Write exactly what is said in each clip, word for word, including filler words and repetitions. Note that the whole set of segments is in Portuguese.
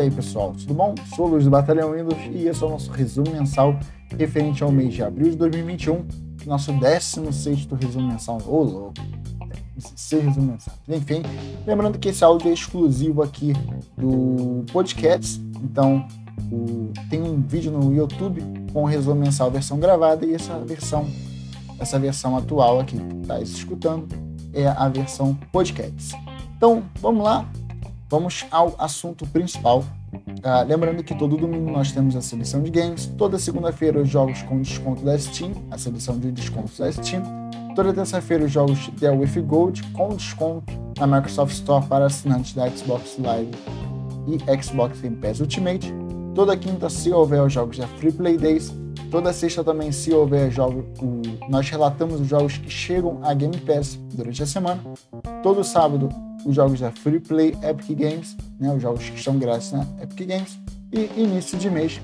aí, pessoal, tudo bom? Sou o Luiz do Batalhão Windows e esse é o nosso resumo mensal referente ao mês de abril de dois mil e vinte e um, nosso décimo sexto resumo mensal. Ô, louco! Esse resumo mensal. Enfim, lembrando que esse áudio é exclusivo aqui do podcast, então o, tem um vídeo no YouTube com o resumo mensal versão gravada e essa versão, essa versão atual aqui que está escutando é a versão podcast. Então, vamos lá. Vamos ao assunto principal. Uh, lembrando que todo domingo nós temos a seleção de games. Toda segunda-feira os jogos com desconto da Steam, a seleção de descontos da Steam. Toda terça-feira os jogos Dell with Gold com desconto na Microsoft Store para assinantes da Xbox Live e Xbox Game Pass Ultimate. Toda quinta, se houver os jogos da Free Play Days. Toda sexta também, se houver jogos, o... nós relatamos os jogos que chegam a Game Pass durante a semana. Todo sábado os jogos da Free Play Epic Games, né, os jogos que estão grátis na Epic Games, e início de mês,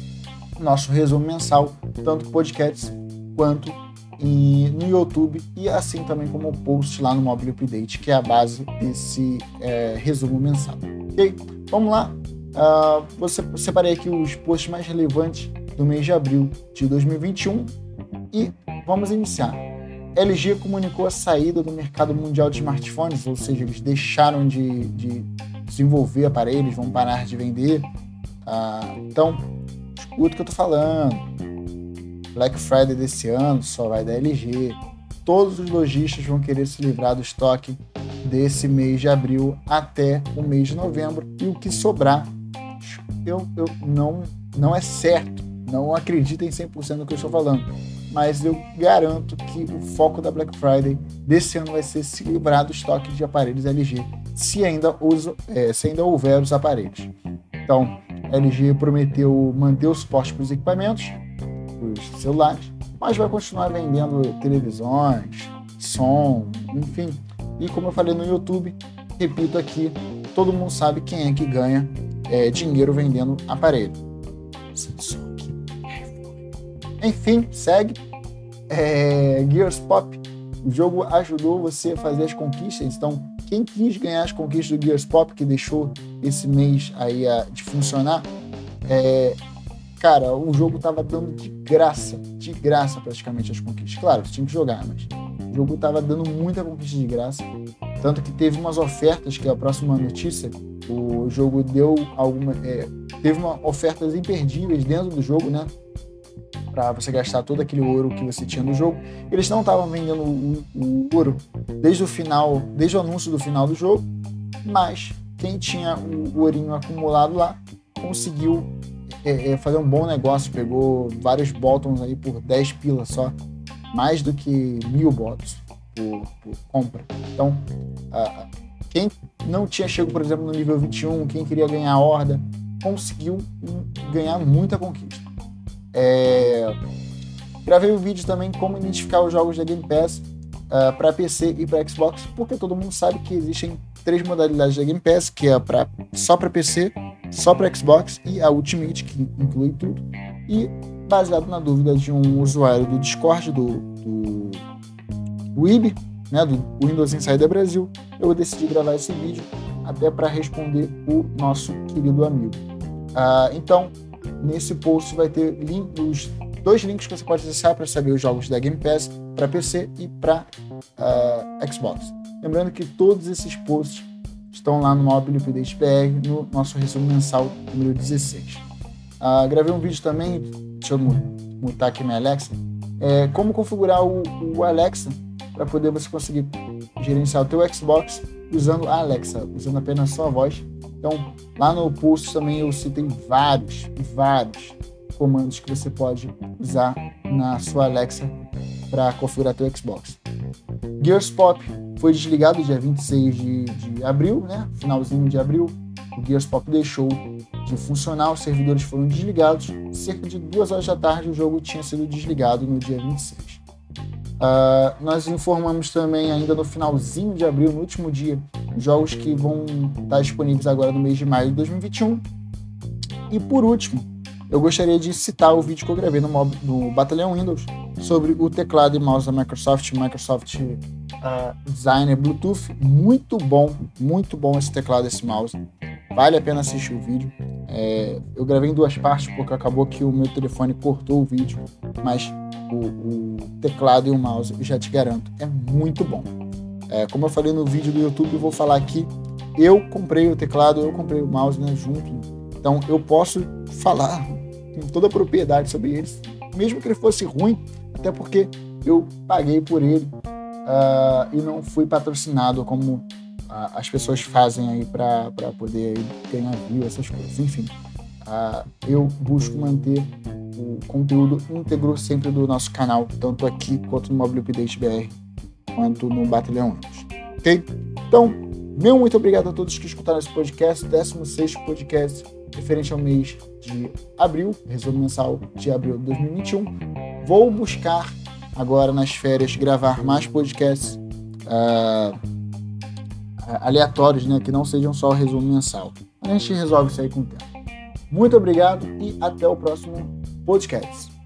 nosso resumo mensal, tanto podcasts quanto em, no YouTube, e assim também como o post lá no Mobile Update, que é a base desse é, resumo mensal. Ok? Vamos lá. Uh, você separei aqui os posts mais relevantes do mês de abril de dois mil e vinte e um e vamos iniciar. L G comunicou a saída do mercado mundial de smartphones, ou seja, eles deixaram de, de desenvolver aparelhos, vão parar de vender. Ah, então, escuta o que eu tô falando. Black Friday desse ano só vai da L G. Todos os lojistas vão querer se livrar do estoque desse mês de abril até o mês de novembro. E o que sobrar, eu, eu não, não é certo. Não acreditem cem por cento no que eu estou falando. Mas eu garanto que o foco da Black Friday desse ano vai ser se livrar do estoque de aparelhos L G, se ainda, usa, é, se ainda houver os aparelhos. Então, a L G prometeu manter o suporte para os equipamentos, os celulares, mas vai continuar vendendo televisões, som, enfim. E como eu falei no YouTube, repito aqui, todo mundo sabe quem é que ganha é, dinheiro vendendo aparelho. Samsung. Enfim, segue. É, Gears Pop. O jogo ajudou você a fazer as conquistas. Então, quem quis ganhar as conquistas do Gears Pop, que deixou esse mês aí a, de funcionar, é, cara, o jogo tava dando de graça, de graça praticamente as conquistas. Claro, você tinha que jogar, mas o jogo tava dando muita conquista de graça. Tanto que teve umas ofertas, que é a próxima notícia. O jogo deu alguma. É, teve uma, ofertas imperdíveis dentro do jogo, né? Para você gastar todo aquele ouro que você tinha no jogo. Eles não estavam vendendo o, o ouro desde o final, desde o anúncio do final do jogo, mas quem tinha o, o ourinho acumulado lá conseguiu é, é, fazer um bom negócio, pegou vários botões aí por dez pilas só, mais do que mil botões por, por compra. Então, uh, quem não tinha chegado, por exemplo, no nível vinte e um, quem queria ganhar a horda, conseguiu ganhar muita conquista. É... Gravei um vídeo também como identificar os jogos da Game Pass uh, para P C e para Xbox, porque todo mundo sabe que existem três modalidades da Game Pass, que é pra, só para P C, só para Xbox e a Ultimate, que inclui tudo. E baseado na dúvida de um usuário do Discord, do, do, do I B, né, do Windows Insider Brasil, eu decidi gravar esse vídeo até para responder o nosso querido amigo. Uh, então, nesse post vai ter link, os dois links que você pode acessar para saber os jogos da Game Pass para P C e para uh, Xbox. Lembrando que todos esses posts estão lá no Mobile Update P R, no nosso resumo mensal número dezesseis. Uh, gravei um vídeo também, deixa eu mutar aqui minha Alexa, é, como configurar o, o Alexa para poder você conseguir gerenciar o teu Xbox usando a Alexa, usando apenas só a voz. Então, lá no post também eu citei vários, vários comandos que você pode usar na sua Alexa para configurar teu Xbox. Gears Pop foi desligado dia vinte e seis de, de abril, né? Finalzinho de abril. O Gears Pop deixou de funcionar, os servidores foram desligados. Cerca de duas horas da tarde o jogo tinha sido desligado no dia vinte e seis. Uh, nós informamos também ainda no finalzinho de abril, no último dia, jogos que vão estar disponíveis agora no mês de maio de dois mil e vinte e um. E por último, eu gostaria de citar o vídeo que eu gravei no, mob, no Batalhão Windows sobre o teclado e mouse da Microsoft, Microsoft uh, Designer Bluetooth. Muito bom, muito bom esse teclado e esse mouse. vale a pena assistir o vídeo. É, eu gravei em duas partes porque acabou que o meu telefone cortou o vídeo, mas o, o teclado e o mouse, eu já te garanto, é muito bom. É, como eu falei no vídeo do YouTube, eu vou falar aqui, eu comprei o teclado, eu comprei o mouse, né, junto, então eu posso falar com toda a propriedade sobre eles, mesmo que ele fosse ruim, até porque eu paguei por ele uh, e não fui patrocinado como uh, as pessoas fazem aí para poder aí ganhar view, essas coisas. Enfim, uh, eu busco manter o conteúdo íntegro sempre do nosso canal, tanto aqui quanto no Mobile Update B R, quanto no Batalhão News. Ok? Então, meu muito obrigado a todos que escutaram esse podcast, décimo sexto podcast referente ao mês de abril, resumo mensal de abril de dois mil e vinte e um. Vou buscar agora nas férias gravar mais podcasts uh, aleatórios, né, que não sejam só o resumo mensal. A gente resolve isso aí com o tempo. Muito obrigado e até o próximo podcast.